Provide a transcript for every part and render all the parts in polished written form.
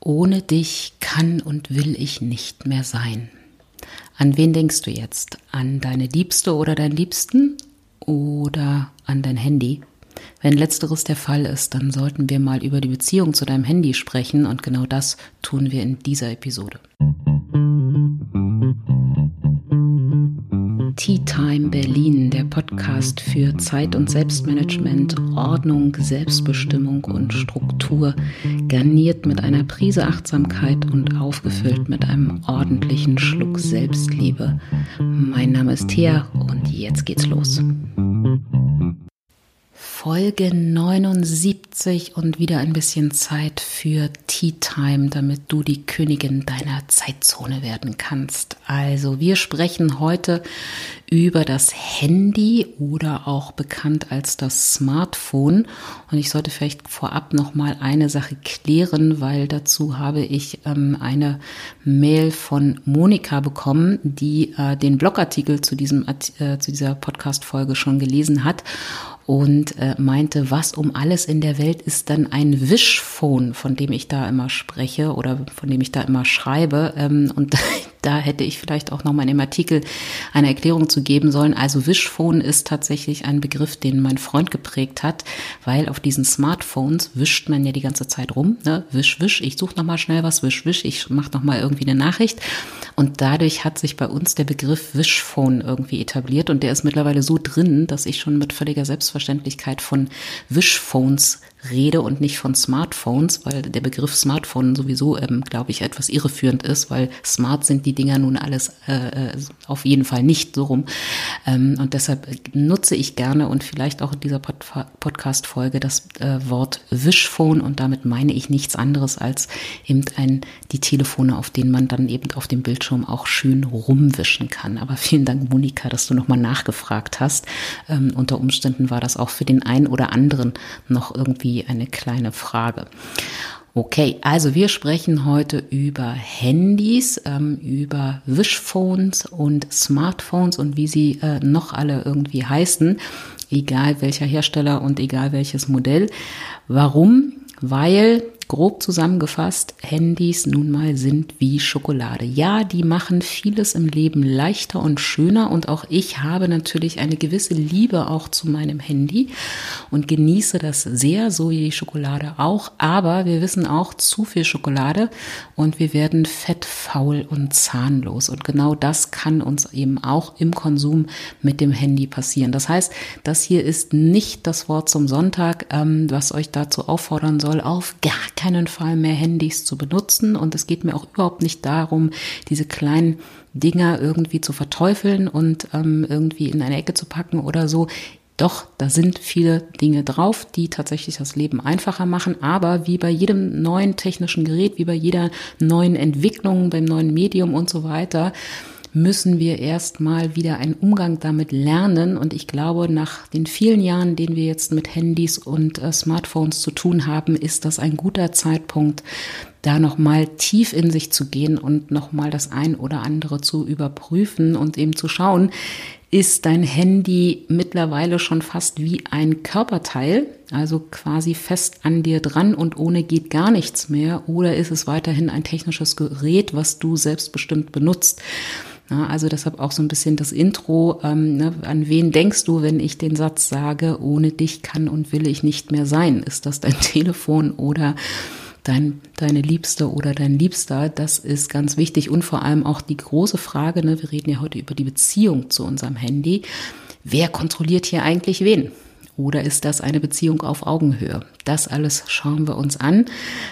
Ohne dich kann und will ich nicht mehr sein. An wen denkst du jetzt? An deine Liebste oder deinen Liebsten oder an dein Handy? Wenn letzteres der Fall ist, dann sollten wir mal über die Beziehung zu deinem Handy sprechen und genau das tun wir in dieser Episode. Tea Time Berlin, der Podcast für Zeit- und Selbstmanagement, Ordnung, Selbstbestimmung und Struktur, garniert mit einer Prise Achtsamkeit und aufgefüllt mit einem ordentlichen Schluck Selbstliebe. Mein Name ist Thea und jetzt geht's los. Folge 79 und wieder ein bisschen Zeit für Tea Time, damit du die Königin deiner Zeitzone werden kannst. Also wir sprechen heute über das Handy oder auch bekannt als das Smartphone. Und ich sollte vielleicht vorab noch mal eine Sache klären, weil dazu habe ich eine Mail von Monika bekommen, die den Blogartikel zu dieser Podcast-Folge schon gelesen hat. Und meinte, was um alles in der Welt ist dann ein Wischphone, von dem ich da immer spreche oder von dem ich da immer schreibe. Und da hätte ich vielleicht auch noch mal in dem Artikel eine Erklärung zu geben sollen. Also Wischphone ist tatsächlich ein Begriff, den mein Freund geprägt hat, weil auf diesen Smartphones wischt man ja die ganze Zeit rum. Ne? Wisch, wisch, ich suche noch mal schnell was, wisch, wisch, ich mache noch mal irgendwie eine Nachricht. Und dadurch hat sich bei uns der Begriff Wischphone irgendwie etabliert und der ist mittlerweile so drin, dass ich schon mit völliger Selbstverständlichkeit von Wischphones rede und nicht von Smartphones, weil der Begriff Smartphone sowieso, glaube ich, etwas irreführend ist, weil smart sind die Dinger nun alles auf jeden Fall nicht so rum. Und deshalb nutze ich gerne und vielleicht auch in dieser Podcast-Folge das Wort Wischphone und damit meine ich nichts anderes als eben die Telefone, auf denen man dann eben auf dem Bildschirm auch schön rumwischen kann. Aber vielen Dank, Monika, dass du nochmal nachgefragt hast. Unter Umständen war das auch für den einen oder anderen noch irgendwie eine kleine Frage. Okay, also wir sprechen heute über Handys, über Wischphones und Smartphones und wie sie noch alle irgendwie heißen, egal welcher Hersteller und egal welches Modell. Warum? Weil, grob zusammengefasst, Handys nun mal sind wie Schokolade. Ja, die machen vieles im Leben leichter und schöner und auch ich habe natürlich eine gewisse Liebe auch zu meinem Handy und genieße das sehr, so wie die Schokolade auch. Aber wir wissen auch, zu viel Schokolade und wir werden fett, faul und zahnlos. Und genau das kann uns eben auch im Konsum mit dem Handy passieren. Das heißt, das hier ist nicht das Wort zum Sonntag, was euch dazu auffordern soll, auf gar keinen Fall mehr Handys zu benutzen und es geht mir auch überhaupt nicht darum, diese kleinen Dinger irgendwie zu verteufeln und irgendwie in eine Ecke zu packen oder so. Doch, da sind viele Dinge drauf, die tatsächlich das Leben einfacher machen, aber wie bei jedem neuen technischen Gerät, wie bei jeder neuen Entwicklung, beim neuen Medium und so weiter, müssen wir erstmal wieder einen Umgang damit lernen. Und ich glaube, nach den vielen Jahren, denen wir jetzt mit Handys und Smartphones zu tun haben, ist das ein guter Zeitpunkt, da nochmal tief in sich zu gehen und nochmal das ein oder andere zu überprüfen und eben zu schauen, ist dein Handy mittlerweile schon fast wie ein Körperteil, also quasi fest an dir dran und ohne geht gar nichts mehr, oder ist es weiterhin ein technisches Gerät, was du selbstbestimmt benutzt? Ja, also deshalb auch so ein bisschen das Intro, an wen denkst du, wenn ich den Satz sage, ohne dich kann und will ich nicht mehr sein? Ist das dein Telefon oder deine Liebste oder dein Liebster? Das ist ganz wichtig und vor allem auch die große Frage, wir reden ja heute über die Beziehung zu unserem Handy. Wer kontrolliert hier eigentlich wen? Oder ist das eine Beziehung auf Augenhöhe? Das alles schauen wir uns an.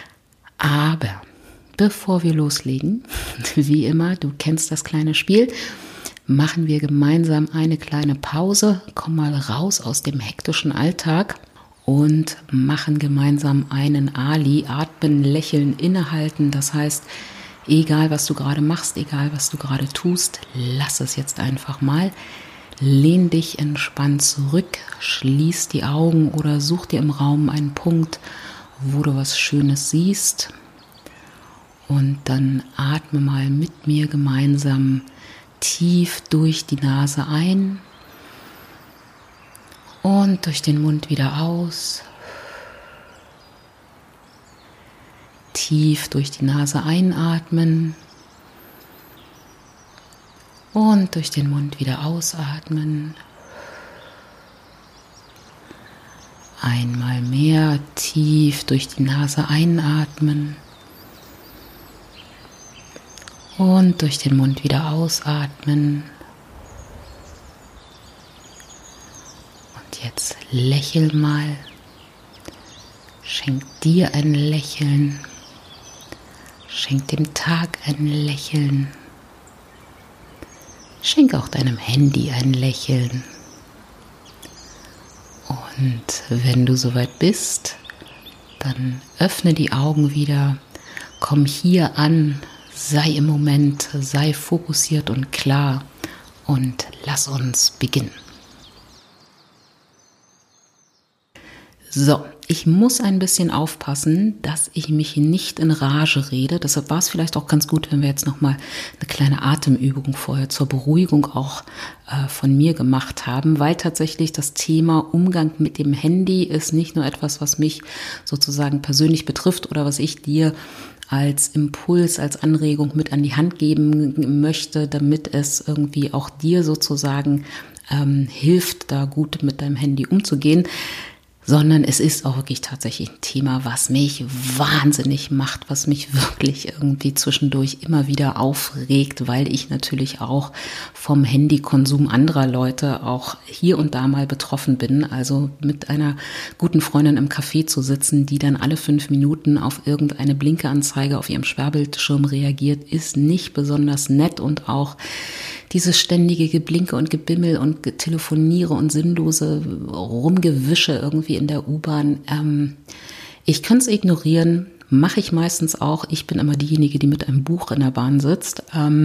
Aber bevor wir loslegen, wie immer, du kennst das kleine Spiel, machen wir gemeinsam eine kleine Pause, komm mal raus aus dem hektischen Alltag und machen gemeinsam einen Ali, atmen, lächeln, innehalten. Das heißt, egal was du gerade machst, egal was du gerade tust, lass es jetzt einfach mal. Lehn dich entspannt zurück, schließ die Augen oder such dir im Raum einen Punkt, wo du was Schönes siehst. Und dann atme mal mit mir gemeinsam tief durch die Nase ein und durch den Mund wieder aus. tief durch die Nase einatmen und durch den Mund wieder ausatmen. Einmal mehr tief durch die Nase einatmen und durch den Mund wieder ausatmen. Und jetzt lächel mal. Schenk dir ein Lächeln. Schenk dem Tag ein Lächeln. Schenk auch deinem Handy ein Lächeln. Und wenn du soweit bist, dann öffne die Augen wieder, komm hier an, sei im Moment, sei fokussiert und klar und lass uns beginnen. So, ich muss ein bisschen aufpassen, dass ich mich nicht in Rage rede. Deshalb war es vielleicht auch ganz gut, wenn wir jetzt nochmal eine kleine Atemübung vorher zur Beruhigung auch von mir gemacht haben, weil tatsächlich das Thema Umgang mit dem Handy ist nicht nur etwas, was mich sozusagen persönlich betrifft oder was ich dir als Impuls, als Anregung mit an die Hand geben möchte, damit es irgendwie auch dir sozusagen hilft, da gut mit deinem Handy umzugehen. Sondern es ist auch wirklich tatsächlich ein Thema, was mich wahnsinnig macht, was mich wirklich irgendwie zwischendurch immer wieder aufregt, weil ich natürlich auch vom Handykonsum anderer Leute auch hier und da mal betroffen bin. Also mit einer guten Freundin im Café zu sitzen, die dann alle 5 Minuten auf irgendeine Blinkeanzeige auf ihrem Sperrbildschirm reagiert, ist nicht besonders nett und auch dieses ständige Geblinke und Gebimmel und Telefoniere und sinnlose Rumgewische irgendwie in der U-Bahn. Ich kann es ignorieren, mache ich meistens auch. Ich bin immer diejenige, die mit einem Buch in der Bahn sitzt.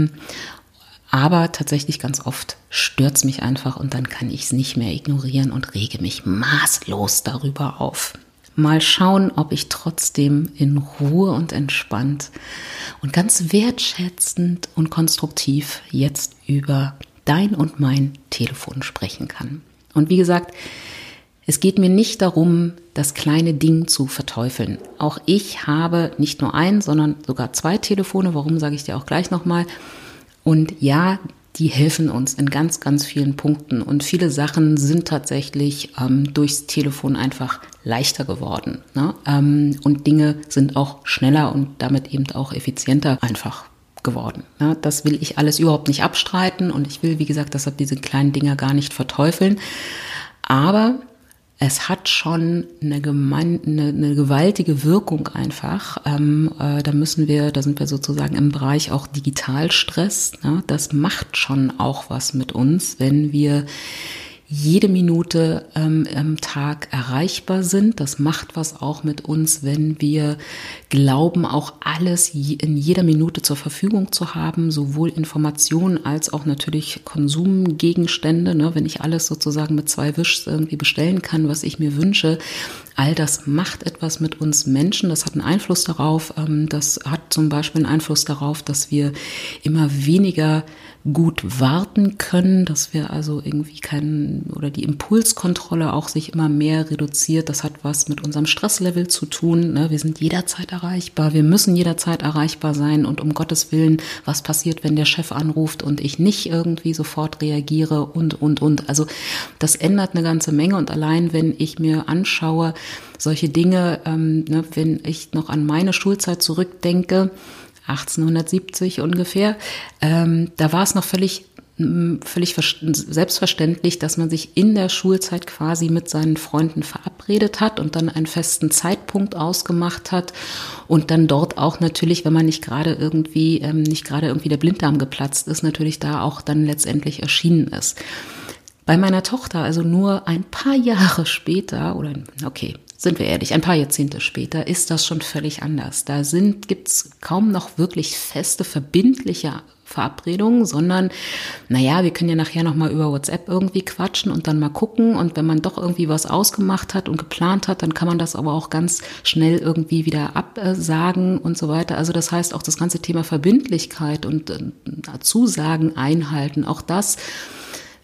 Aber tatsächlich ganz oft stört es mich einfach und dann kann ich es nicht mehr ignorieren und rege mich maßlos darüber auf. Mal schauen, ob ich trotzdem in Ruhe und entspannt und ganz wertschätzend und konstruktiv jetzt über dein und mein Telefon sprechen kann. Und wie gesagt, es geht mir nicht darum, das kleine Ding zu verteufeln. Auch ich habe nicht nur ein, sondern sogar 2 Telefone. Warum, sage ich dir auch gleich nochmal. Und ja, die helfen uns in ganz, ganz vielen Punkten. Und viele Sachen sind tatsächlich durchs Telefon einfach leichter geworden. Ne? Und Dinge sind auch schneller und damit eben auch effizienter einfach geworden. Ne? Das will ich alles überhaupt nicht abstreiten. Und ich will, wie gesagt, deshalb diese kleinen Dinger gar nicht verteufeln. Aber es hat schon eine gewaltige Wirkung einfach. Da sind wir sozusagen im Bereich auch Digitalstress. Ne? Das macht schon auch was mit uns, wenn wir jede Minute am Tag erreichbar sind. Das macht was auch mit uns, wenn wir glauben, auch alles in jeder Minute zur Verfügung zu haben, sowohl Informationen als auch natürlich Konsumgegenstände. Ne? Wenn ich alles sozusagen mit 2 Wischs irgendwie bestellen kann, was ich mir wünsche, all das macht etwas mit uns Menschen. Das hat einen Einfluss darauf. Das hat zum Beispiel einen Einfluss darauf, dass wir immer weniger gut warten können, dass wir also irgendwie oder die Impulskontrolle auch sich immer mehr reduziert. Das hat was mit unserem Stresslevel zu tun. Ne? Wir sind jederzeit erreichbar. Wir müssen jederzeit erreichbar sein. Und um Gottes Willen, was passiert, wenn der Chef anruft und ich nicht irgendwie sofort reagiere und. Also das ändert eine ganze Menge. Und allein, wenn ich mir anschaue, solche Dinge, wenn ich noch an meine Schulzeit zurückdenke, 1870 ungefähr, da war es noch völlig selbstverständlich, dass man sich in der Schulzeit quasi mit seinen Freunden verabredet hat und dann einen festen Zeitpunkt ausgemacht hat und dann dort auch natürlich, wenn man nicht gerade irgendwie der Blinddarm geplatzt ist, natürlich da auch dann letztendlich erschienen ist. Bei meiner Tochter, also nur ein paar Jahre später, sind wir ehrlich, ein paar Jahrzehnte später, ist das schon völlig anders. Da gibt's kaum noch wirklich feste, verbindliche Verabredungen, sondern, wir können ja nachher nochmal über WhatsApp irgendwie quatschen und dann mal gucken. Und wenn man doch irgendwie was ausgemacht hat und geplant hat, dann kann man das aber auch ganz schnell irgendwie wieder absagen und so weiter. Also das heißt auch das ganze Thema Verbindlichkeit und Zusagen einhalten, auch das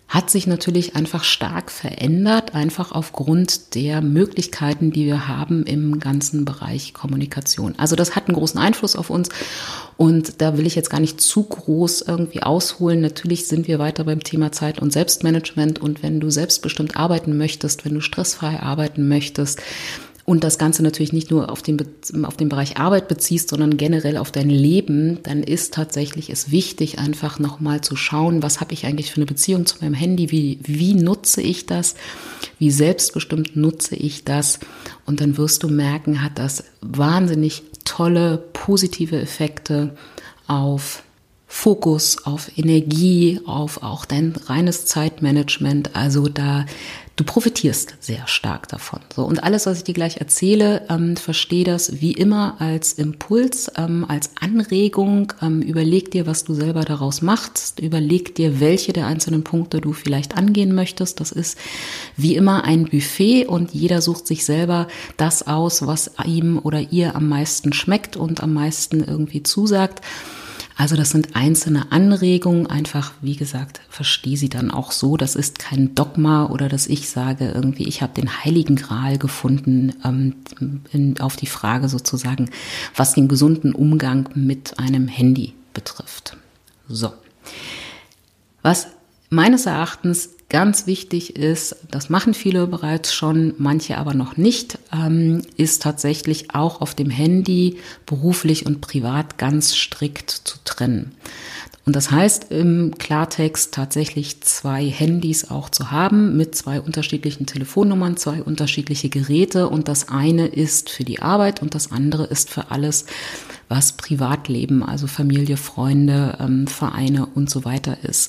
hat sich natürlich einfach stark verändert, einfach aufgrund der Möglichkeiten, die wir haben im ganzen Bereich Kommunikation. Also das hat einen großen Einfluss auf uns und da will ich jetzt gar nicht zu groß irgendwie ausholen. Natürlich sind wir weiter beim Thema Zeit- und Selbstmanagement und wenn du selbstbestimmt arbeiten möchtest, wenn du stressfrei arbeiten möchtest, und das Ganze natürlich nicht nur auf den Bereich Arbeit beziehst, sondern generell auf dein Leben, dann ist tatsächlich es wichtig, einfach nochmal zu schauen, was habe ich eigentlich für eine Beziehung zu meinem Handy, wie nutze ich das, wie selbstbestimmt nutze ich das und dann wirst du merken, hat das wahnsinnig tolle, positive Effekte auf Fokus, auf Energie, auf auch dein reines Zeitmanagement, also du profitierst sehr stark davon. So, und alles, was ich dir gleich erzähle, verstehe das wie immer als Impuls, als Anregung. Überleg dir, was du selber daraus machst. Überleg dir, welche der einzelnen Punkte du vielleicht angehen möchtest. Das ist wie immer ein Buffet und jeder sucht sich selber das aus, was ihm oder ihr am meisten schmeckt und am meisten irgendwie zusagt. Also das sind einzelne Anregungen, einfach wie gesagt, verstehe sie dann auch so, das ist kein Dogma oder dass ich sage irgendwie, ich habe den Heiligen Gral gefunden auf die Frage sozusagen, was den gesunden Umgang mit einem Handy betrifft. So, was meines Erachtens ganz wichtig ist, das machen viele bereits schon, manche aber noch nicht, ist tatsächlich auch auf dem Handy beruflich und privat ganz strikt zu trennen. Und das heißt im Klartext tatsächlich 2 Handys auch zu haben mit 2 unterschiedlichen Telefonnummern, 2 unterschiedliche Geräte und das eine ist für die Arbeit und das andere ist für alles, was Privatleben, also Familie, Freunde, Vereine und so weiter ist.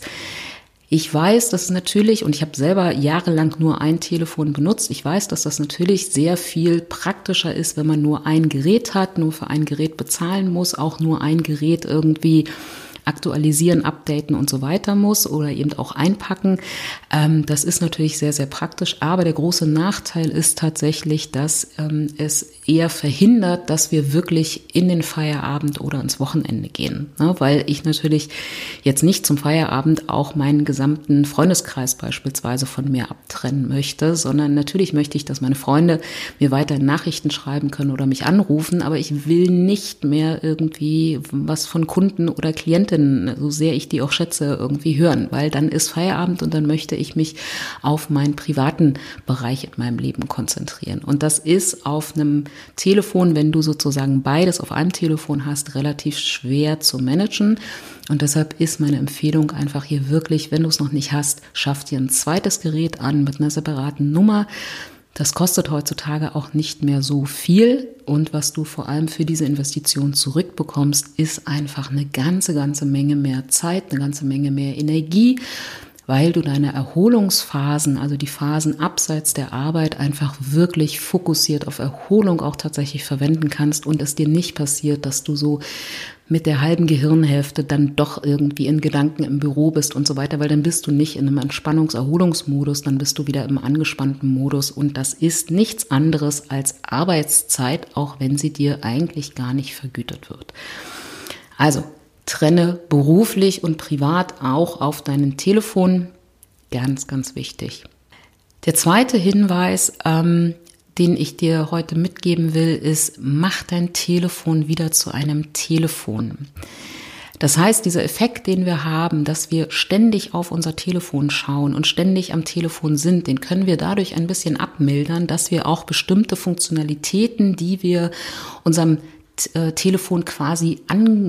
Ich weiß, dass natürlich, und ich habe selber jahrelang nur ein Telefon benutzt, ich weiß, dass das natürlich sehr viel praktischer ist, wenn man nur ein Gerät hat, nur für ein Gerät bezahlen muss, auch nur ein Gerät irgendwie aktualisieren, updaten und so weiter muss oder eben auch einpacken. Das ist natürlich sehr, sehr praktisch. Aber der große Nachteil ist tatsächlich, dass es eher verhindert, dass wir wirklich in den Feierabend oder ins Wochenende gehen. Ne? Weil ich natürlich jetzt nicht zum Feierabend auch meinen gesamten Freundeskreis beispielsweise von mir abtrennen möchte, sondern natürlich möchte ich, dass meine Freunde mir weiterhin Nachrichten schreiben können oder mich anrufen, aber ich will nicht mehr irgendwie was von Kunden oder Klientinnen, so sehr ich die auch schätze, irgendwie hören, weil dann ist Feierabend und dann möchte ich mich auf meinen privaten Bereich in meinem Leben konzentrieren. Und das ist auf einem Telefon, wenn du sozusagen beides auf einem Telefon hast, relativ schwer zu managen. Und deshalb ist meine Empfehlung einfach hier wirklich, wenn du es noch nicht hast, schaff dir ein zweites Gerät an mit einer separaten Nummer. Das kostet heutzutage auch nicht mehr so viel und was du vor allem für diese Investition zurückbekommst, ist einfach eine ganze Menge mehr Zeit, eine ganze Menge mehr Energie, weil du deine Erholungsphasen, also die Phasen abseits der Arbeit, einfach wirklich fokussiert auf Erholung auch tatsächlich verwenden kannst und es dir nicht passiert, dass du so mit der halben Gehirnhälfte dann doch irgendwie in Gedanken im Büro bist und so weiter, weil dann bist du nicht in einem Entspannungs-Erholungsmodus, dann bist du wieder im angespannten Modus und das ist nichts anderes als Arbeitszeit, auch wenn sie dir eigentlich gar nicht vergütet wird. Also trenne beruflich und privat auch auf deinem Telefon, ganz, ganz wichtig. Der zweite Hinweis, den ich dir heute mitgeben will, ist, mach dein Telefon wieder zu einem Telefon. Das heißt, dieser Effekt, den wir haben, dass wir ständig auf unser Telefon schauen und ständig am Telefon sind, den können wir dadurch ein bisschen abmildern, dass wir auch bestimmte Funktionalitäten, die wir unserem Telefon quasi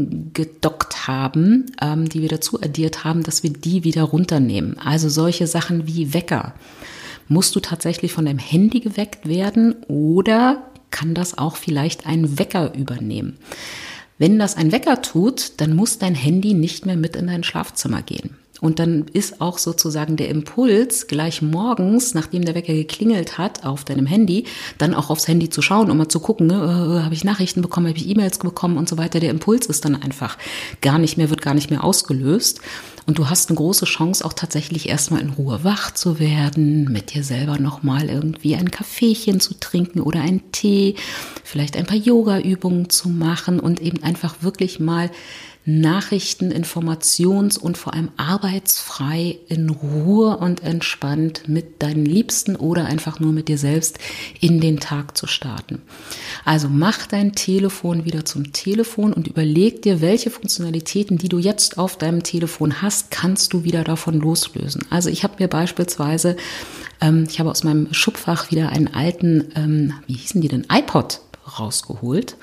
angedockt haben, die wir dazu addiert haben, dass wir die wieder runternehmen. Also solche Sachen wie Wecker. Musst du tatsächlich von deinem Handy geweckt werden oder kann das auch vielleicht ein Wecker übernehmen? Wenn das ein Wecker tut, dann muss dein Handy nicht mehr mit in dein Schlafzimmer gehen. Und dann ist auch sozusagen der Impuls, gleich morgens, nachdem der Wecker geklingelt hat, auf deinem Handy, dann auch aufs Handy zu schauen, um mal zu gucken, habe ich Nachrichten bekommen, habe ich E-Mails bekommen und so weiter. Der Impuls ist dann einfach wird gar nicht mehr ausgelöst. Und du hast eine große Chance, auch tatsächlich erstmal in Ruhe wach zu werden, mit dir selber nochmal irgendwie ein Kaffeechen zu trinken oder einen Tee, vielleicht ein paar Yoga-Übungen zu machen und eben einfach wirklich mal Nachrichten, informations- und vor allem arbeitsfrei in Ruhe und entspannt mit deinen Liebsten oder einfach nur mit dir selbst in den Tag zu starten. Also mach dein Telefon wieder zum Telefon und überleg dir, welche Funktionalitäten, die du jetzt auf deinem Telefon hast, kannst du wieder davon loslösen. Also ich habe mir beispielsweise, ich habe aus meinem Schubfach wieder einen alten, wie hießen die denn, iPod rausgeholt.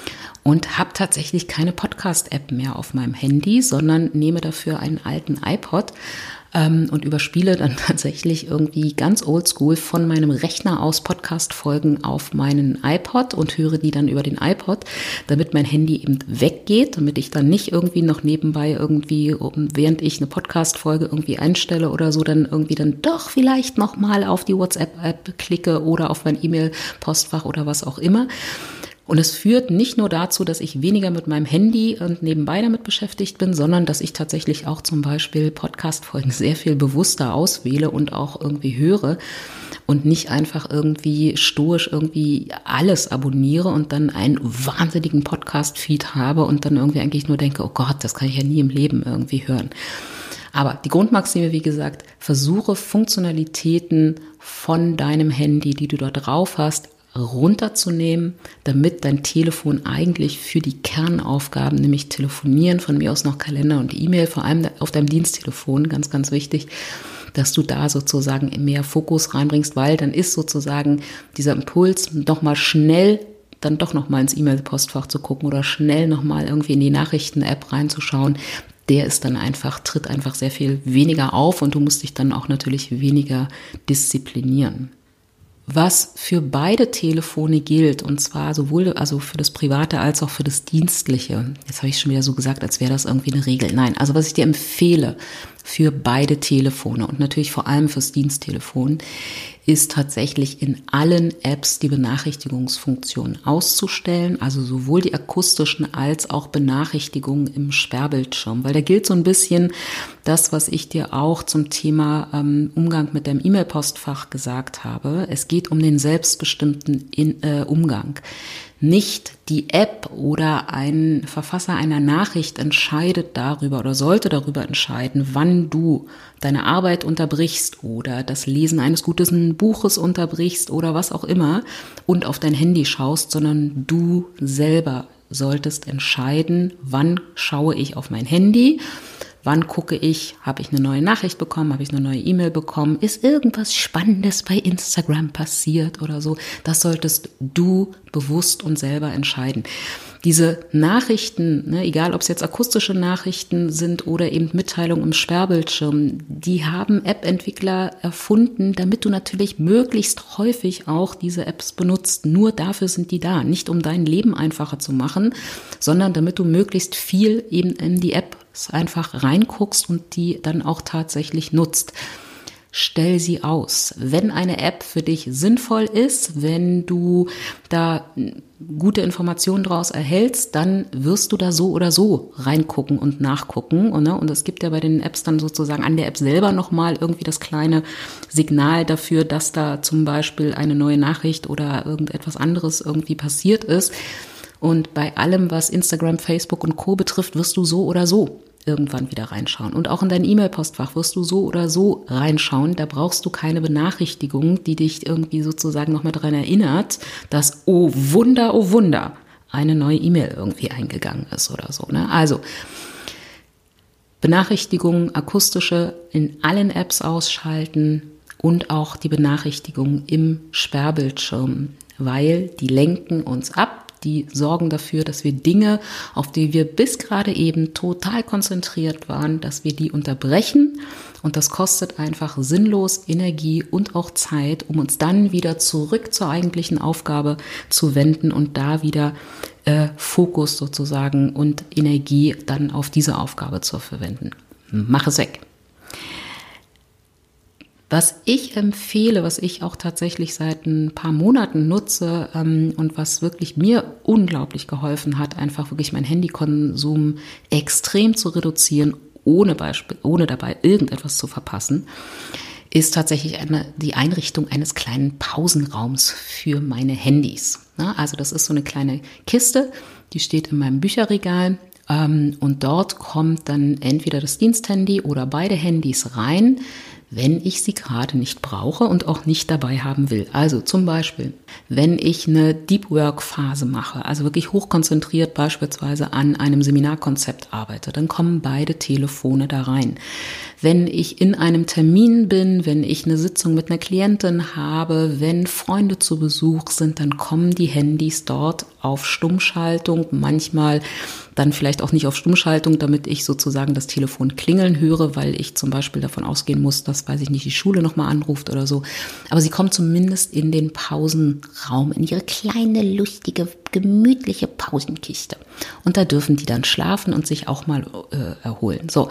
Und habe tatsächlich keine Podcast-App mehr auf meinem Handy, sondern nehme dafür einen alten iPod und überspiele dann tatsächlich irgendwie ganz oldschool von meinem Rechner aus Podcast-Folgen auf meinen iPod und höre die dann über den iPod, damit mein Handy eben weggeht, damit ich dann nicht irgendwie noch nebenbei irgendwie, während ich eine Podcast-Folge irgendwie einstelle oder so, dann irgendwie dann doch vielleicht nochmal auf die WhatsApp-App klicke oder auf mein E-Mail-Postfach oder was auch immer. Und es führt nicht nur dazu, dass ich weniger mit meinem Handy und nebenbei damit beschäftigt bin, sondern dass ich tatsächlich auch zum Beispiel Podcast-Folgen sehr viel bewusster auswähle und auch irgendwie höre und nicht einfach irgendwie stoisch irgendwie alles abonniere und dann einen wahnsinnigen Podcast-Feed habe und dann irgendwie eigentlich nur denke, oh Gott, das kann ich ja nie im Leben irgendwie hören. Aber die Grundmaxime, wie gesagt, versuche Funktionalitäten von deinem Handy, die du da drauf hast, runterzunehmen, damit dein Telefon eigentlich für die Kernaufgaben, nämlich Telefonieren, von mir aus noch Kalender und E-Mail, vor allem auf deinem Diensttelefon, ganz, ganz wichtig, dass du da sozusagen mehr Fokus reinbringst, weil dann ist sozusagen dieser Impuls, doch mal schnell dann doch noch mal ins E-Mail-Postfach zu gucken oder schnell noch mal irgendwie in die Nachrichten-App reinzuschauen, der ist dann einfach, tritt einfach sehr viel weniger auf und du musst dich dann auch natürlich weniger disziplinieren. Was für beide Telefone gilt, und zwar sowohl also für das Private als auch für das Dienstliche. Jetzt habe ich schon wieder so gesagt, als wäre das irgendwie eine Regel. Nein, also was ich dir empfehle für beide Telefone und natürlich vor allem fürs Diensttelefon, ist tatsächlich in allen Apps die Benachrichtigungsfunktion auszustellen, also sowohl die akustischen als auch Benachrichtigungen im Sperrbildschirm, weil da gilt so ein bisschen das, was ich dir auch zum Thema Umgang mit deinem E-Mail-Postfach gesagt habe. Es geht um den selbstbestimmten Umgang. Nicht die App oder ein Verfasser einer Nachricht entscheidet darüber oder sollte darüber entscheiden, wann du deine Arbeit unterbrichst oder das Lesen eines guten Buches unterbrichst oder was auch immer und auf dein Handy schaust, sondern du selber solltest entscheiden, wann schaue ich auf mein Handy. Wann gucke ich, habe ich eine neue Nachricht bekommen, habe ich eine neue E-Mail bekommen, ist irgendwas Spannendes bei Instagram passiert oder so. Das solltest du bewusst und selber entscheiden. Diese Nachrichten, egal ob es jetzt akustische Nachrichten sind oder eben Mitteilungen im Sperrbildschirm, die haben App-Entwickler erfunden, damit du natürlich möglichst häufig auch diese Apps benutzt. Nur dafür sind die da, nicht um dein Leben einfacher zu machen, sondern damit du möglichst viel eben in die App einfach reinguckst und die dann auch tatsächlich nutzt. Stell sie aus. Wenn eine App für dich sinnvoll ist, wenn du da gute Informationen draus erhältst, dann wirst du da so oder so reingucken und nachgucken. Und es gibt ja bei den Apps dann sozusagen an der App selber nochmal irgendwie das kleine Signal dafür, dass da zum Beispiel eine neue Nachricht oder irgendetwas anderes irgendwie passiert ist. Und bei allem, was Instagram, Facebook und Co. betrifft, wirst du so oder so irgendwann wieder reinschauen. Und auch in dein E-Mail-Postfach wirst du so oder so reinschauen. Da brauchst du keine Benachrichtigung, die dich irgendwie sozusagen nochmal daran erinnert, dass, oh Wunder, eine neue E-Mail irgendwie eingegangen ist oder so. Also Benachrichtigungen, akustische in allen Apps ausschalten und auch die Benachrichtigungen im Sperrbildschirm, weil die lenken uns ab. Die sorgen dafür, dass wir Dinge, auf die wir bis gerade eben total konzentriert waren, dass wir die unterbrechen. Und das kostet einfach sinnlos Energie und auch Zeit, um uns dann wieder zurück zur eigentlichen Aufgabe zu wenden und da wieder Fokus sozusagen und Energie dann auf diese Aufgabe zu verwenden. Mach es weg. Was ich empfehle, was ich auch tatsächlich seit ein paar Monaten nutze und was wirklich mir unglaublich geholfen hat, einfach wirklich meinen Handykonsum extrem zu reduzieren, ohne dabei irgendetwas zu verpassen, ist tatsächlich die Einrichtung eines kleinen Pausenraums für meine Handys. Also das ist so eine kleine Kiste, die steht in meinem Bücherregal. Und dort kommt dann entweder das Diensthandy oder beide Handys rein, wenn ich sie gerade nicht brauche und auch nicht dabei haben will. Also zum Beispiel, wenn ich eine Deep Work Phase mache, also wirklich hochkonzentriert beispielsweise an einem Seminarkonzept arbeite, dann kommen beide Telefone da rein. Wenn ich in einem Termin bin, wenn ich eine Sitzung mit einer Klientin habe, wenn Freunde zu Besuch sind, dann kommen die Handys dort auf Stummschaltung, manchmal dann vielleicht auch nicht auf Stummschaltung, damit ich sozusagen das Telefon klingeln höre, weil ich zum Beispiel davon ausgehen muss, dass, weiß ich nicht, die Schule nochmal anruft oder so. Aber sie kommt zumindest in den Pausenraum, in ihre kleine, lustige, gemütliche Pausenkiste. Und da dürfen die dann schlafen und sich auch mal erholen. So.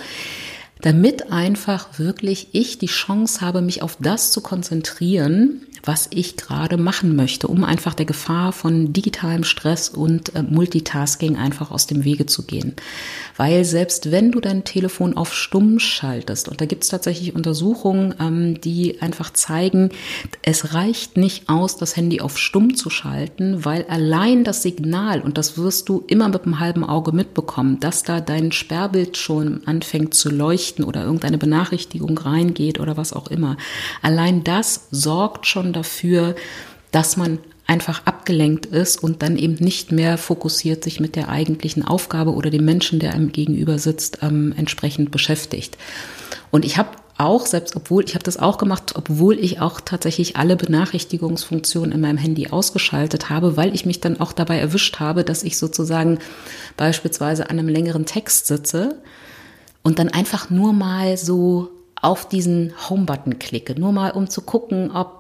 Damit einfach wirklich ich die Chance habe, mich auf das zu konzentrieren, was ich gerade machen möchte, um einfach der Gefahr von digitalem Stress und Multitasking einfach aus dem Wege zu gehen. Weil selbst wenn du dein Telefon auf Stumm schaltest, und da gibt es tatsächlich Untersuchungen, die einfach zeigen, es reicht nicht aus, das Handy auf Stumm zu schalten, weil allein das Signal, und das wirst du immer mit einem halben Auge mitbekommen, dass da dein Sperrbild schon anfängt zu leuchten oder irgendeine Benachrichtigung reingeht oder was auch immer. Allein das sorgt schon dafür, dass man einfach abgelenkt ist und dann eben nicht mehr fokussiert sich mit der eigentlichen Aufgabe oder dem Menschen, der einem gegenüber sitzt, entsprechend beschäftigt. Und ich habe auch, ich habe das auch gemacht, obwohl ich auch tatsächlich alle Benachrichtigungsfunktionen in meinem Handy ausgeschaltet habe, weil ich mich dann auch dabei erwischt habe, dass ich sozusagen beispielsweise an einem längeren Text sitze und dann einfach nur mal so auf diesen Home-Button klicke, nur mal um zu gucken, ob,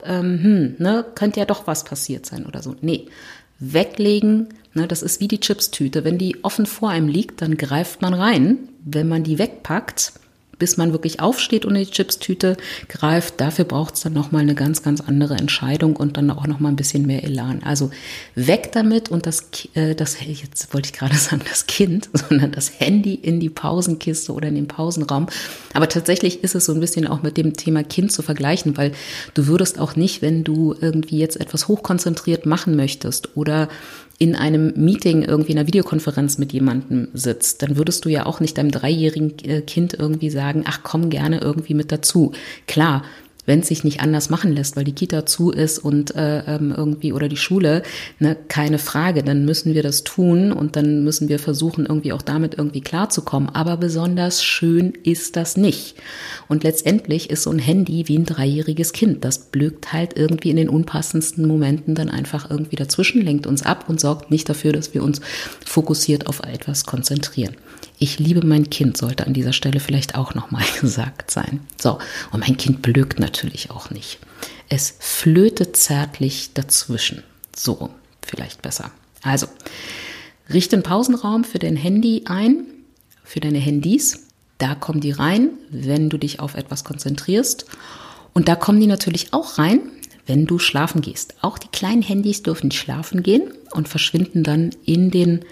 könnte ja doch was passiert sein oder so. Nee, weglegen, das ist wie die Chipstüte. Wenn die offen vor einem liegt, dann greift man rein. Wenn man die wegpackt, bis man wirklich aufsteht und in die Chipstüte greift, dafür braucht es dann nochmal eine ganz, ganz andere Entscheidung und dann auch nochmal ein bisschen mehr Elan. Also weg damit und jetzt wollte ich gerade sagen, das Kind, sondern das Handy in die Pausenkiste oder in den Pausenraum. Aber tatsächlich ist es so ein bisschen auch mit dem Thema Kind zu vergleichen, weil du würdest auch nicht, wenn du irgendwie jetzt etwas hochkonzentriert machen möchtest oder in einem Meeting irgendwie in einer Videokonferenz mit jemandem sitzt, dann würdest du ja auch nicht deinem 3-jährigen Kind irgendwie sagen, ach komm gerne irgendwie mit dazu. Klar, wenn es sich nicht anders machen lässt, weil die Kita zu ist und irgendwie oder die Schule, keine Frage, dann müssen wir das tun und dann müssen wir versuchen, irgendwie auch damit irgendwie klarzukommen. Aber besonders schön ist das nicht. Und letztendlich ist so ein Handy wie ein 3-jähriges Kind. Das blökt halt irgendwie in den unpassendsten Momenten dann einfach irgendwie dazwischen, lenkt uns ab und sorgt nicht dafür, dass wir uns fokussiert auf etwas konzentrieren. Ich liebe mein Kind, sollte an dieser Stelle vielleicht auch nochmal gesagt sein. So, und mein Kind blökt natürlich auch nicht. Es flötet zärtlich dazwischen. So, vielleicht besser. Also, richte einen Pausenraum für dein Handy ein, für deine Handys. Da kommen die rein, wenn du dich auf etwas konzentrierst. Und da kommen die natürlich auch rein, wenn du schlafen gehst. Auch die kleinen Handys dürfen schlafen gehen und verschwinden dann in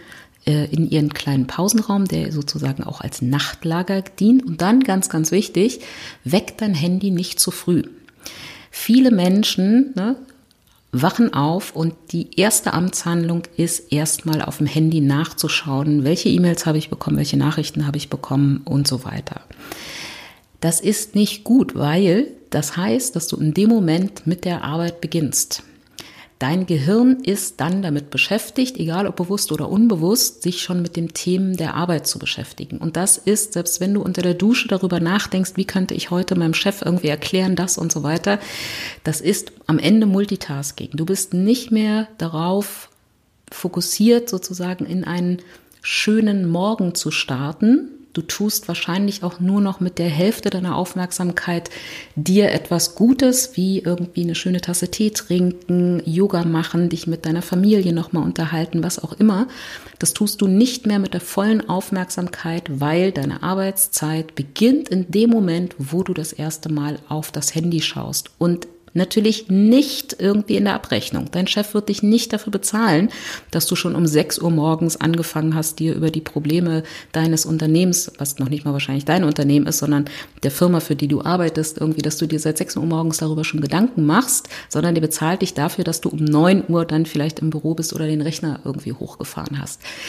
ihren kleinen Pausenraum, der sozusagen auch als Nachtlager dient. Und dann, ganz, ganz wichtig, weck dein Handy nicht zu früh. Viele Menschen wachen auf und die erste Amtshandlung ist, erstmal auf dem Handy nachzuschauen, welche E-Mails habe ich bekommen, welche Nachrichten habe ich bekommen und so weiter. Das ist nicht gut, weil das heißt, dass du in dem Moment mit der Arbeit beginnst. Dein Gehirn ist dann damit beschäftigt, egal ob bewusst oder unbewusst, sich schon mit den Themen der Arbeit zu beschäftigen. Und das ist, selbst wenn du unter der Dusche darüber nachdenkst, wie könnte ich heute meinem Chef irgendwie erklären, das und so weiter, das ist am Ende Multitasking. Du bist nicht mehr darauf fokussiert, sozusagen in einen schönen Morgen zu starten. Du tust wahrscheinlich auch nur noch mit der Hälfte deiner Aufmerksamkeit dir etwas Gutes, wie irgendwie eine schöne Tasse Tee trinken, Yoga machen, dich mit deiner Familie nochmal unterhalten, was auch immer. Das tust du nicht mehr mit der vollen Aufmerksamkeit, weil deine Arbeitszeit beginnt in dem Moment, wo du das erste Mal auf das Handy schaust. Und natürlich nicht irgendwie in der Abrechnung. Dein Chef wird dich nicht dafür bezahlen, dass du schon um 6 Uhr morgens angefangen hast, dir über die Probleme deines Unternehmens, was noch nicht mal wahrscheinlich dein Unternehmen ist, sondern der Firma, für die du arbeitest, irgendwie, dass du dir seit 6 Uhr morgens darüber schon Gedanken machst, sondern der bezahlt dich dafür, dass du um 9 Uhr dann vielleicht im Büro bist oder den Rechner irgendwie hochgefahren hast.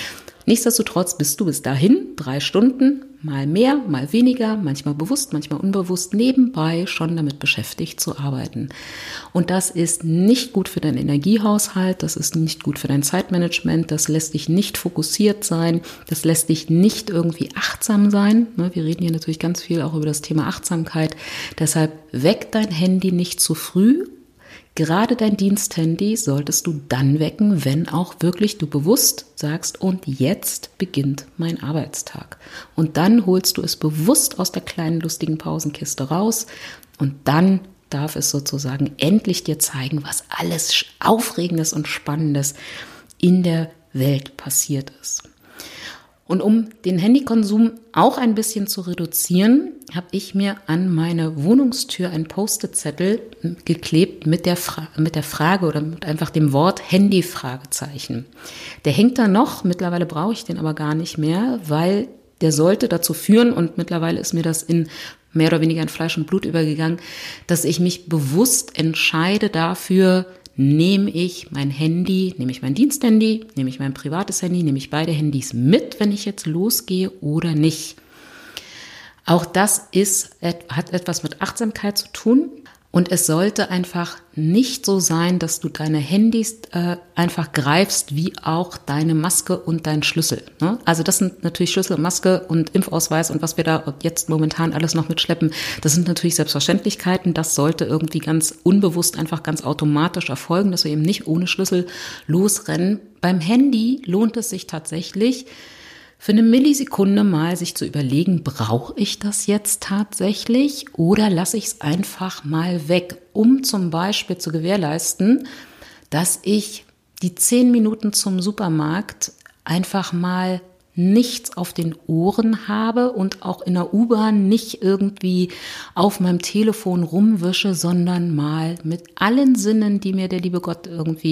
Nichtsdestotrotz bist du bis dahin 3 Stunden, mal mehr, mal weniger, manchmal bewusst, manchmal unbewusst, nebenbei schon damit beschäftigt zu arbeiten. Und das ist nicht gut für deinen Energiehaushalt, das ist nicht gut für dein Zeitmanagement, das lässt dich nicht fokussiert sein, das lässt dich nicht irgendwie achtsam sein. Wir reden hier natürlich ganz viel auch über das Thema Achtsamkeit. Deshalb weck dein Handy nicht zu früh. Gerade dein Diensthandy solltest du dann wecken, wenn auch wirklich du bewusst sagst, und jetzt beginnt mein Arbeitstag. Und dann holst du es bewusst aus der kleinen lustigen Pausenkiste raus und dann darf es sozusagen endlich dir zeigen, was alles Aufregendes und Spannendes in der Welt passiert ist. Und um den Handykonsum auch ein bisschen zu reduzieren, habe ich mir an meine Wohnungstür einen Post-it-Zettel geklebt mit der Frage oder mit einfach dem Wort Handy-Fragezeichen. Der hängt da noch, mittlerweile brauche ich den aber gar nicht mehr, weil der sollte dazu führen, und mittlerweile ist mir das in mehr oder weniger in Fleisch und Blut übergegangen, dass ich mich bewusst entscheide dafür, nehme ich mein Handy, nehme ich mein Diensthandy, nehme ich mein privates Handy, nehme ich beide Handys mit, wenn ich jetzt losgehe oder nicht. Auch das hat etwas mit Achtsamkeit zu tun. Und es sollte einfach nicht so sein, dass du deine Handys einfach greifst, wie auch deine Maske und dein Schlüssel. Ne? Also das sind natürlich Schlüssel, Maske und Impfausweis und was wir da jetzt momentan alles noch mitschleppen. Das sind natürlich Selbstverständlichkeiten. Das sollte irgendwie ganz unbewusst, einfach ganz automatisch erfolgen, dass wir eben nicht ohne Schlüssel losrennen. Beim Handy lohnt es sich tatsächlich, für eine Millisekunde mal sich zu überlegen, brauche ich das jetzt tatsächlich oder lasse ich es einfach mal weg, um zum Beispiel zu gewährleisten, dass ich die 10 Minuten zum Supermarkt einfach mal nichts auf den Ohren habe und auch in der U-Bahn nicht irgendwie auf meinem Telefon rumwische, sondern mal mit allen Sinnen, die mir der liebe Gott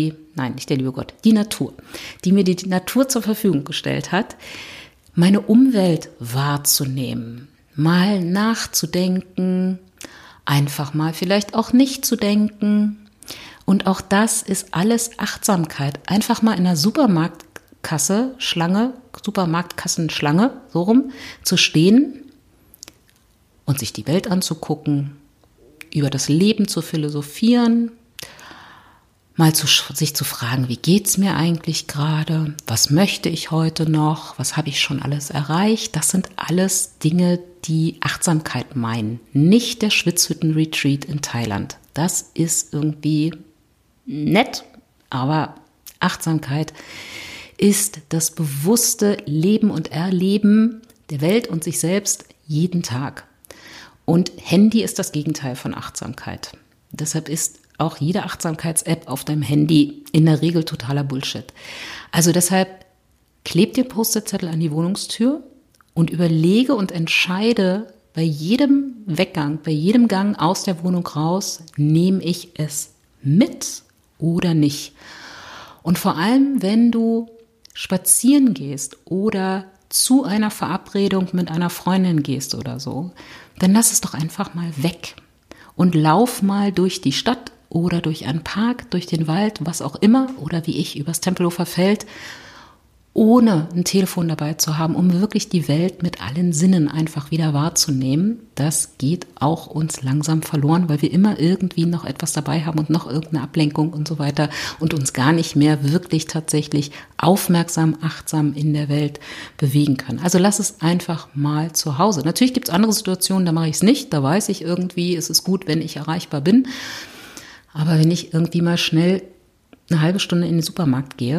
die Natur, die mir die Natur zur Verfügung gestellt hat, meine Umwelt wahrzunehmen, mal nachzudenken, einfach mal vielleicht auch nicht zu denken. Und auch das ist alles Achtsamkeit. Einfach mal in der Supermarktkassenschlange, so rum, zu stehen und sich die Welt anzugucken, über das Leben zu philosophieren, mal sich zu fragen, wie geht's mir eigentlich gerade? Was möchte ich heute noch? Was habe ich schon alles erreicht? Das sind alles Dinge, die Achtsamkeit meinen. Nicht der Schwitzhütten-Retreat in Thailand. Das ist irgendwie nett, aber Achtsamkeit ist das bewusste Leben und Erleben der Welt und sich selbst jeden Tag. Und Handy ist das Gegenteil von Achtsamkeit. Deshalb ist auch jede Achtsamkeits-App auf deinem Handy in der Regel totaler Bullshit. Also deshalb kleb dir Post-it-Zettel an die Wohnungstür und überlege und entscheide bei jedem Weggang, bei jedem Gang aus der Wohnung raus, nehme ich es mit oder nicht. Und vor allem, wenn du spazieren gehst oder zu einer Verabredung mit einer Freundin gehst oder so, dann lass es doch einfach mal weg und lauf mal durch die Stadt oder durch einen Park, durch den Wald, was auch immer, oder wie ich übers Tempelhofer Feld, ohne ein Telefon dabei zu haben, um wirklich die Welt mit allen Sinnen einfach wieder wahrzunehmen. Das geht auch uns langsam verloren, weil wir immer irgendwie noch etwas dabei haben und noch irgendeine Ablenkung und so weiter und uns gar nicht mehr wirklich tatsächlich aufmerksam, achtsam in der Welt bewegen können. Also lass es einfach mal zu Hause. Natürlich gibt es andere Situationen, da mache ich es nicht. Da weiß ich irgendwie, es ist gut, wenn ich erreichbar bin. Aber wenn ich irgendwie mal schnell eine halbe Stunde in den Supermarkt gehe,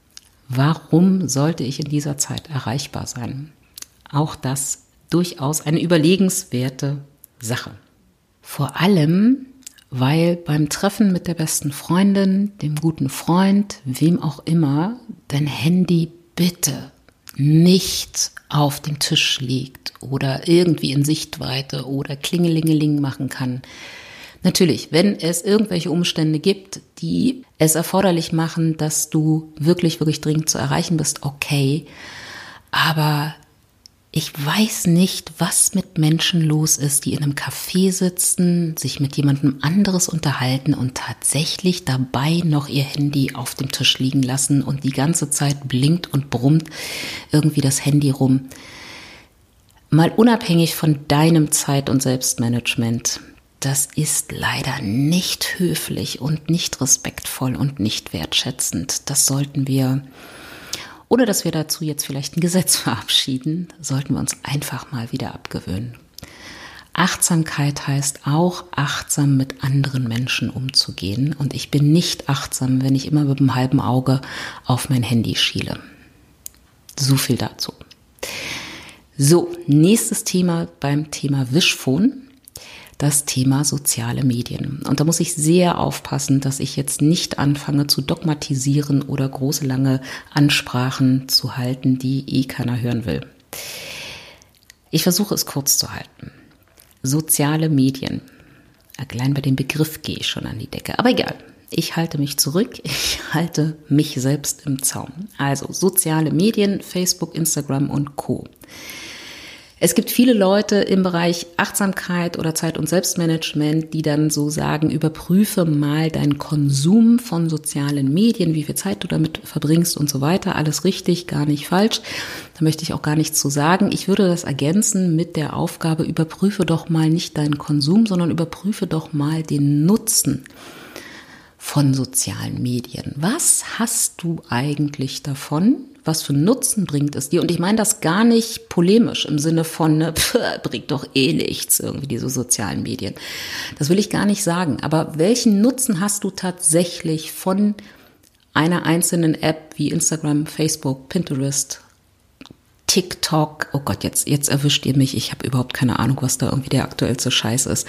warum sollte ich in dieser Zeit erreichbar sein? Auch das durchaus eine überlegenswerte Sache. Vor allem, weil beim Treffen mit der besten Freundin, dem guten Freund, wem auch immer, dein Handy bitte nicht auf dem Tisch liegt oder irgendwie in Sichtweite oder Klingelingeling machen kann. Natürlich, wenn es irgendwelche Umstände gibt, die es erforderlich machen, dass du wirklich, wirklich dringend zu erreichen bist, okay. Aber Ich weiß nicht, was mit Menschen los ist, die in einem Café sitzen, sich mit jemandem anderes unterhalten und tatsächlich dabei noch ihr Handy auf dem Tisch liegen lassen und die ganze Zeit blinkt und brummt irgendwie das Handy rum. Mal unabhängig von deinem Zeit- und Selbstmanagement, das ist leider nicht höflich und nicht respektvoll und nicht wertschätzend. Das sollten wir, ohne dass wir dazu jetzt vielleicht ein Gesetz verabschieden, sollten wir uns einfach mal wieder abgewöhnen. Achtsamkeit heißt auch, achtsam mit anderen Menschen umzugehen. Und ich bin nicht achtsam, wenn ich immer mit einem halben Auge auf mein Handy schiele. So viel dazu. So, nächstes Thema beim Thema Wischphone. Das Thema soziale Medien. Und da muss ich sehr aufpassen, dass ich jetzt nicht anfange zu dogmatisieren oder große, lange Ansprachen zu halten, die keiner hören will. Ich versuche es kurz zu halten. Soziale Medien. Allein bei dem Begriff gehe ich schon an die Decke. Aber egal, ich halte mich zurück. Ich halte mich selbst im Zaum. Also soziale Medien, Facebook, Instagram und Co. Es gibt viele Leute im Bereich Achtsamkeit oder Zeit- und Selbstmanagement, die dann so sagen, überprüfe mal deinen Konsum von sozialen Medien, wie viel Zeit du damit verbringst und so weiter. Alles richtig, gar nicht falsch. Da möchte ich auch gar nichts zu sagen. Ich würde das ergänzen mit der Aufgabe, überprüfe doch mal nicht deinen Konsum, sondern überprüfe doch mal den Nutzen von sozialen Medien. Was hast du eigentlich davon? Was für Nutzen bringt es dir? Und ich meine das gar nicht polemisch im Sinne von, bringt doch eh nichts, irgendwie diese sozialen Medien. Das will ich gar nicht sagen. Aber welchen Nutzen hast du tatsächlich von einer einzelnen App wie Instagram, Facebook, Pinterest, TikTok? Oh Gott, jetzt erwischt ihr mich. Ich habe überhaupt keine Ahnung, was da irgendwie der aktuellste Scheiß ist.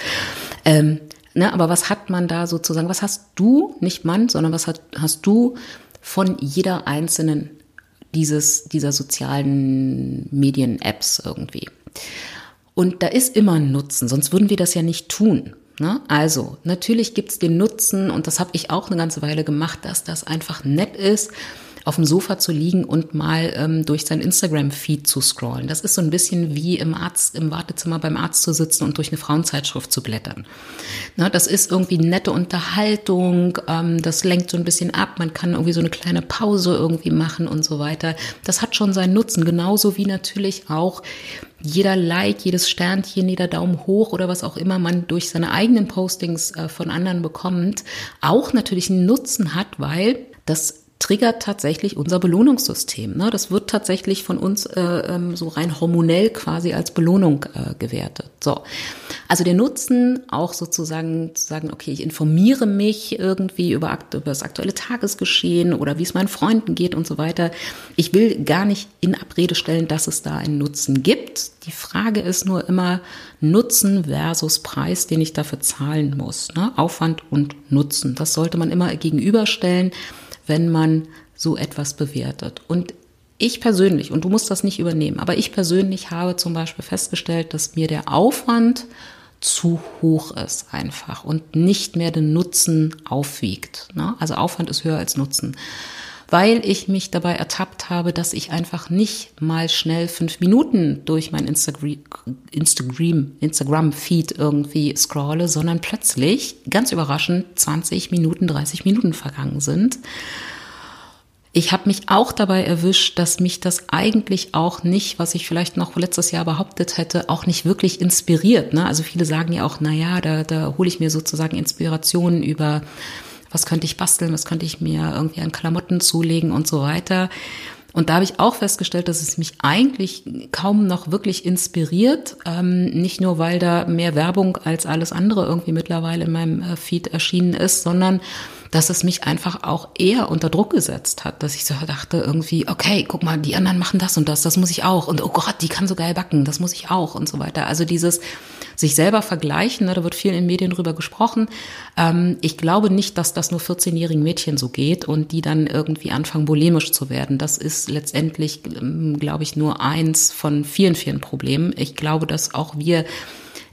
Aber was hat man da sozusagen, was hast du, nicht Mann, sondern was hast du von jeder einzelnen dieser sozialen Medien-Apps irgendwie? Und da ist immer ein Nutzen, sonst würden wir das ja nicht tun. Ne? Also natürlich gibt's den Nutzen, und das habe ich auch eine ganze Weile gemacht, dass das einfach nett ist, auf dem Sofa zu liegen und mal durch sein Instagram-Feed zu scrollen. Das ist so ein bisschen wie im Wartezimmer beim Arzt zu sitzen und durch eine Frauenzeitschrift zu blättern. Na, das ist irgendwie nette Unterhaltung, das lenkt so ein bisschen ab, man kann irgendwie so eine kleine Pause irgendwie machen und so weiter. Das hat schon seinen Nutzen, genauso wie natürlich auch jeder Like, jedes Sternchen, jeder Daumen hoch oder was auch immer man durch seine eigenen Postings von anderen bekommt, auch natürlich einen Nutzen hat, weil das triggert tatsächlich unser Belohnungssystem. Ne? Das wird tatsächlich von uns so rein hormonell quasi als Belohnung gewertet. So, also der Nutzen auch sozusagen zu sagen, okay, ich informiere mich irgendwie über das aktuelle Tagesgeschehen oder wie es meinen Freunden geht und so weiter. Ich will gar nicht in Abrede stellen, dass es da einen Nutzen gibt. Die Frage ist nur immer Nutzen versus Preis, den ich dafür zahlen muss. Ne? Aufwand und Nutzen. Das sollte man immer gegenüberstellen, wenn man so etwas bewertet. Und ich persönlich, und du musst das nicht übernehmen, aber ich persönlich habe zum Beispiel festgestellt, dass mir der Aufwand zu hoch ist einfach und nicht mehr den Nutzen aufwiegt. Ne? Also Aufwand ist höher als Nutzen. Weil ich mich dabei ertappt habe, dass ich einfach nicht mal schnell 5 Minuten durch mein Instagram-Feed irgendwie scrolle, sondern plötzlich, ganz überraschend, 20 Minuten, 30 Minuten vergangen sind. Ich habe mich auch dabei erwischt, dass mich das eigentlich auch nicht, was ich vielleicht noch letztes Jahr behauptet hätte, auch nicht wirklich inspiriert. Ne? Also viele sagen ja auch, da hole ich mir sozusagen Inspirationen über, was könnte ich basteln, was könnte ich mir irgendwie an Klamotten zulegen und so weiter. Und da habe ich auch festgestellt, dass es mich eigentlich kaum noch wirklich inspiriert. Nicht nur, weil da mehr Werbung als alles andere irgendwie mittlerweile in meinem Feed erschienen ist, sondern dass es mich einfach auch eher unter Druck gesetzt hat, dass ich so dachte irgendwie, okay, guck mal, die anderen machen das und das muss ich auch. Und oh Gott, die kann so geil backen, das muss ich auch und so weiter. Also dieses sich selber vergleichen, ne, da wird viel in Medien drüber gesprochen. Ich glaube nicht, dass das nur 14-jährigen Mädchen so geht und die dann irgendwie anfangen, bulimisch zu werden. Das ist letztendlich, glaube ich, nur eins von vielen, vielen Problemen. Ich glaube, dass auch wir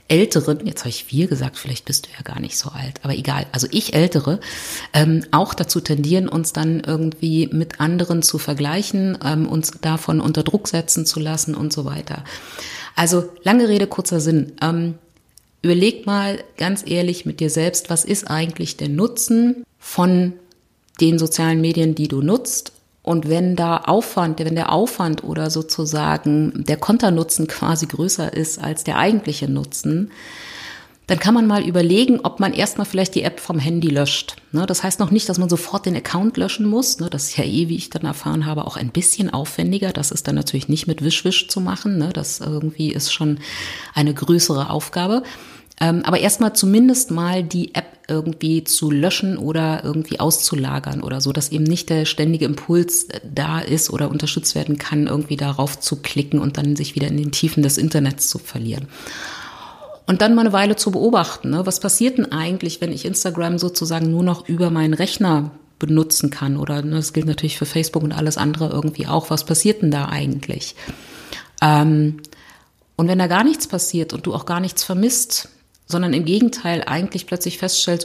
Älteren, jetzt habe ich wir gesagt, vielleicht bist du ja gar nicht so alt, aber egal, also ich Ältere, auch dazu tendieren, uns dann irgendwie mit anderen zu vergleichen, uns davon unter Druck setzen zu lassen und so weiter. Also lange Rede, kurzer Sinn. Überleg mal ganz ehrlich mit dir selbst, was ist eigentlich der Nutzen von den sozialen Medien, die du nutzt? Und wenn der Aufwand oder sozusagen der Konternutzen quasi größer ist als der eigentliche Nutzen, dann kann man mal überlegen, ob man erstmal vielleicht die App vom Handy löscht. Das heißt noch nicht, dass man sofort den Account löschen muss. Das ist ja wie ich dann erfahren habe, auch ein bisschen aufwendiger. Das ist dann natürlich nicht mit Wisch zu machen. Das irgendwie ist schon eine größere Aufgabe. Aber erstmal zumindest mal die App irgendwie zu löschen oder irgendwie auszulagern oder so, dass eben nicht der ständige Impuls da ist oder unterstützt werden kann, irgendwie darauf zu klicken und dann sich wieder in den Tiefen des Internets zu verlieren. Und dann mal eine Weile zu beobachten, was passiert denn eigentlich, wenn ich Instagram sozusagen nur noch über meinen Rechner benutzen kann oder das gilt natürlich für Facebook und alles andere irgendwie auch. Was passiert denn da eigentlich? Und wenn da gar nichts passiert und du auch gar nichts vermisst, sondern im Gegenteil eigentlich plötzlich feststellst,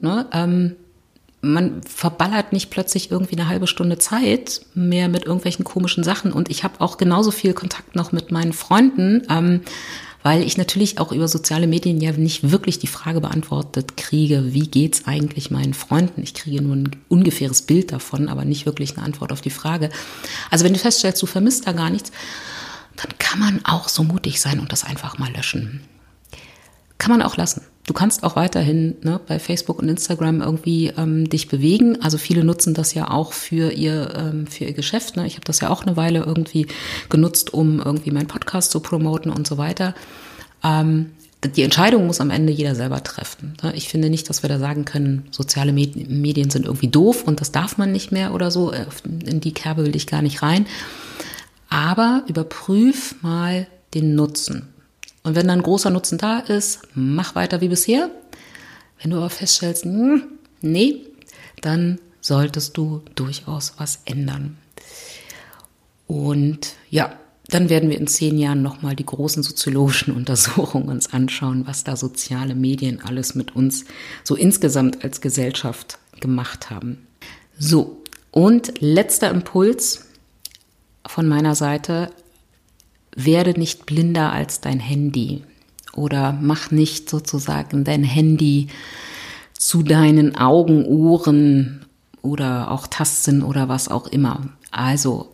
man verballert nicht plötzlich irgendwie eine halbe Stunde Zeit mehr mit irgendwelchen komischen Sachen. Und ich habe auch genauso viel Kontakt noch mit meinen Freunden, weil ich natürlich auch über soziale Medien ja nicht wirklich die Frage beantwortet kriege, wie geht's eigentlich meinen Freunden? Ich kriege nur ein ungefähres Bild davon, aber nicht wirklich eine Antwort auf die Frage. Also wenn du feststellst, du vermisst da gar nichts, dann kann man auch so mutig sein und das einfach mal löschen. Kann man auch lassen. Du kannst auch weiterhin bei Facebook und Instagram irgendwie dich bewegen. Also viele nutzen das ja auch für ihr Geschäft. Ich habe das ja auch eine Weile irgendwie genutzt, um irgendwie meinen Podcast zu promoten und so weiter. Die Entscheidung muss am Ende jeder selber treffen. Ich finde nicht, dass wir da sagen können, soziale Medien sind irgendwie doof und das darf man nicht mehr oder so. In die Kerbe will ich gar nicht rein. Aber überprüf mal den Nutzen. Und wenn dann ein großer Nutzen da ist, mach weiter wie bisher. Wenn du aber feststellst, nee, dann solltest du durchaus was ändern. Und ja, dann werden wir in 10 Jahren nochmal die großen soziologischen Untersuchungen uns anschauen, was da soziale Medien alles mit uns so insgesamt als Gesellschaft gemacht haben. So, und letzter Impuls von meiner Seite: Werde nicht blinder als dein Handy oder mach nicht sozusagen dein Handy zu deinen Augen, Ohren oder auch Tastsinn oder was auch immer. Also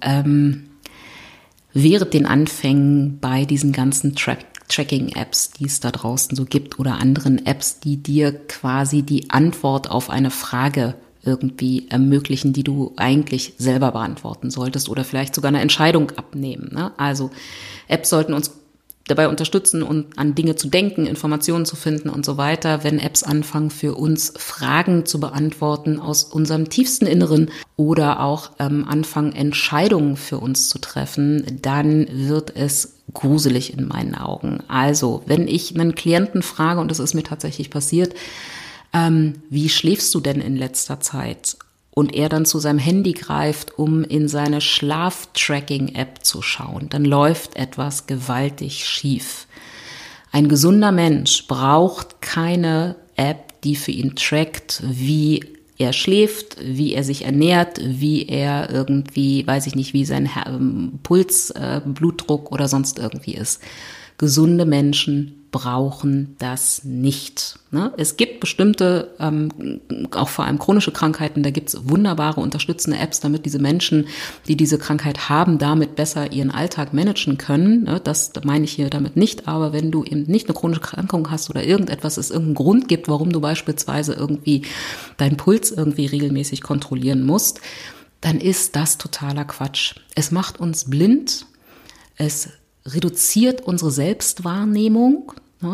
während den Anfängen bei diesen ganzen Tracking-Apps, die es da draußen so gibt oder anderen Apps, die dir quasi die Antwort auf eine Frage irgendwie ermöglichen, die du eigentlich selber beantworten solltest oder vielleicht sogar eine Entscheidung abnehmen. Also Apps sollten uns dabei unterstützen, an Dinge zu denken, Informationen zu finden und so weiter. Wenn Apps anfangen, für uns Fragen zu beantworten aus unserem tiefsten Inneren oder auch anfangen, Entscheidungen für uns zu treffen, dann wird es gruselig in meinen Augen. Also, wenn ich einen Klienten frage, und das ist mir tatsächlich passiert, wie schläfst du denn in letzter Zeit? Und er dann zu seinem Handy greift, um in seine Schlaf-Tracking-App zu schauen, dann läuft etwas gewaltig schief. Ein gesunder Mensch braucht keine App, die für ihn trackt, wie er schläft, wie er sich ernährt, wie er irgendwie, weiß ich nicht, wie sein Puls, Blutdruck oder sonst irgendwie ist. Gesunde Menschen brauchen das nicht. Es gibt bestimmte, auch vor allem chronische Krankheiten, da gibt es wunderbare unterstützende Apps, damit diese Menschen, die diese Krankheit haben, damit besser ihren Alltag managen können. Das meine ich hier damit nicht, aber wenn du eben nicht eine chronische Erkrankung hast oder irgendetwas, es irgendeinen Grund gibt, warum du beispielsweise irgendwie deinen Puls irgendwie regelmäßig kontrollieren musst, dann ist das totaler Quatsch. Es macht uns blind, es reduziert unsere Selbstwahrnehmung.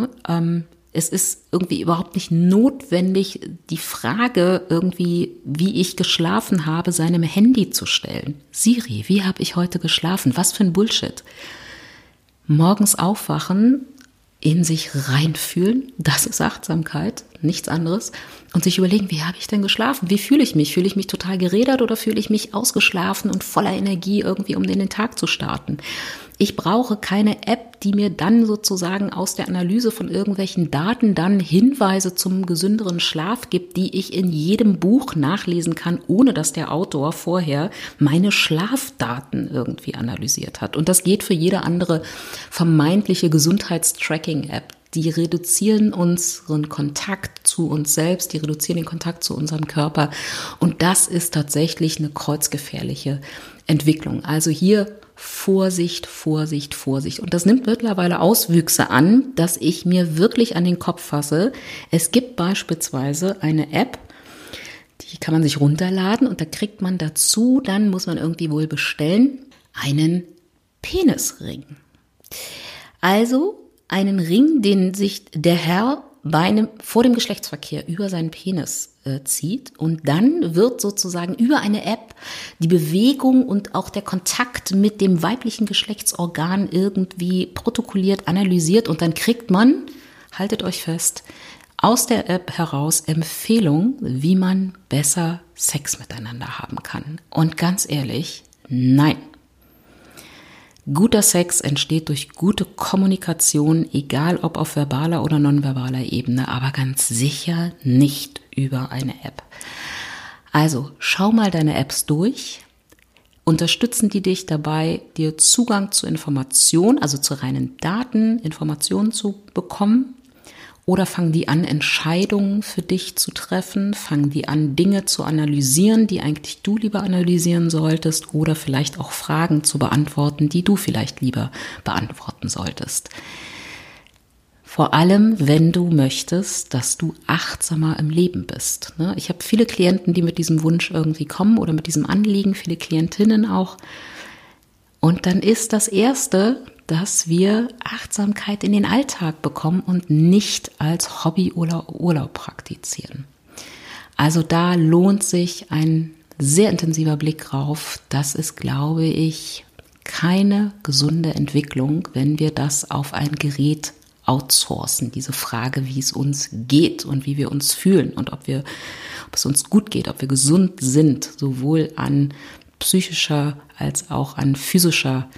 Es ist irgendwie überhaupt nicht notwendig, die Frage irgendwie, wie ich geschlafen habe, seinem Handy zu stellen. Siri, wie habe ich heute geschlafen? Was für ein Bullshit. Morgens aufwachen, in sich reinfühlen, das ist Achtsamkeit, nichts anderes. Und sich überlegen, wie habe ich denn geschlafen? Wie fühle ich mich? Fühle ich mich total gerädert oder fühle ich mich ausgeschlafen und voller Energie irgendwie, um in den Tag zu starten? Ich brauche keine App, die mir dann sozusagen aus der Analyse von irgendwelchen Daten dann Hinweise zum gesünderen Schlaf gibt, die ich in jedem Buch nachlesen kann, ohne dass der Autor vorher meine Schlafdaten irgendwie analysiert hat. Und das geht für jede andere vermeintliche Gesundheitstracking-App. Die reduzieren unseren Kontakt zu uns selbst, die reduzieren den Kontakt zu unserem Körper. Und das ist tatsächlich eine kreuzgefährliche Entwicklung. Also hier Vorsicht, Vorsicht, Vorsicht. Und das nimmt mittlerweile Auswüchse an, dass ich mir wirklich an den Kopf fasse. Es gibt beispielsweise eine App, die kann man sich runterladen und da kriegt man dazu, dann muss man irgendwie wohl bestellen, einen Penisring. Also einen Ring, den sich der Herr vor dem Geschlechtsverkehr über seinen Penis zieht und dann wird sozusagen über eine App die Bewegung und auch der Kontakt mit dem weiblichen Geschlechtsorgan irgendwie protokolliert, analysiert und dann kriegt man, haltet euch fest, aus der App heraus Empfehlungen, wie man besser Sex miteinander haben kann. Und ganz ehrlich, nein. Guter Sex entsteht durch gute Kommunikation, egal ob auf verbaler oder nonverbaler Ebene, aber ganz sicher nicht über eine App. Also schau mal deine Apps durch. Unterstützen die dich dabei, dir Zugang zu Informationen, also zu reinen Daten, Informationen zu bekommen? Oder fangen die an, Entscheidungen für dich zu treffen? Fangen die an, Dinge zu analysieren, die eigentlich du lieber analysieren solltest? Oder vielleicht auch Fragen zu beantworten, die du vielleicht lieber beantworten solltest? Vor allem, wenn du möchtest, dass du achtsamer im Leben bist. Ich habe viele Klienten, die mit diesem Wunsch irgendwie kommen oder mit diesem Anliegen, viele Klientinnen auch. Und dann ist das Erste, dass wir Achtsamkeit in den Alltag bekommen und nicht als Hobby oder Urlaub praktizieren. Also da lohnt sich ein sehr intensiver Blick drauf. Das ist, glaube ich, keine gesunde Entwicklung, wenn wir das auf ein Gerät outsourcen. Diese Frage, wie es uns geht und wie wir uns fühlen und ob es uns gut geht, ob wir gesund sind, sowohl an psychischer als auch an physischer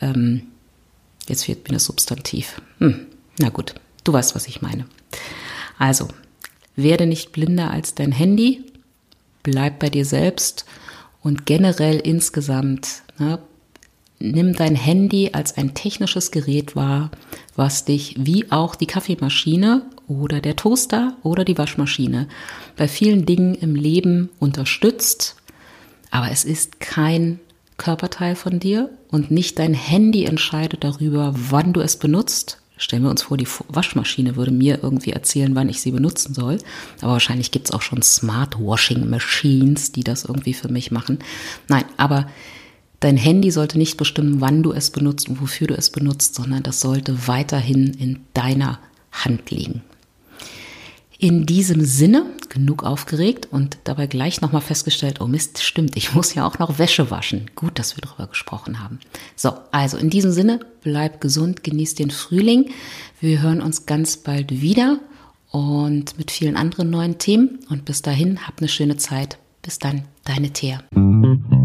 jetzt fehlt mir das Substantiv. Na gut, du weißt, was ich meine. Also, werde nicht blinder als dein Handy, bleib bei dir selbst und generell insgesamt, nimm dein Handy als ein technisches Gerät wahr, was dich wie auch die Kaffeemaschine oder der Toaster oder die Waschmaschine bei vielen Dingen im Leben unterstützt, aber es ist kein Körperteil von dir und nicht dein Handy entscheidet darüber, wann du es benutzt. Stellen wir uns vor, die Waschmaschine würde mir irgendwie erzählen, wann ich sie benutzen soll. Aber wahrscheinlich gibt es auch schon Smart Washing Machines, die das irgendwie für mich machen. Nein, aber dein Handy sollte nicht bestimmen, wann du es benutzt und wofür du es benutzt, sondern das sollte weiterhin in deiner Hand liegen. In diesem Sinne, genug aufgeregt und dabei gleich nochmal festgestellt, oh Mist, stimmt, ich muss ja auch noch Wäsche waschen. Gut, dass wir darüber gesprochen haben. So, also in diesem Sinne, bleib gesund, genieß den Frühling. Wir hören uns ganz bald wieder und mit vielen anderen neuen Themen. Und bis dahin, hab eine schöne Zeit. Bis dann, deine Thea.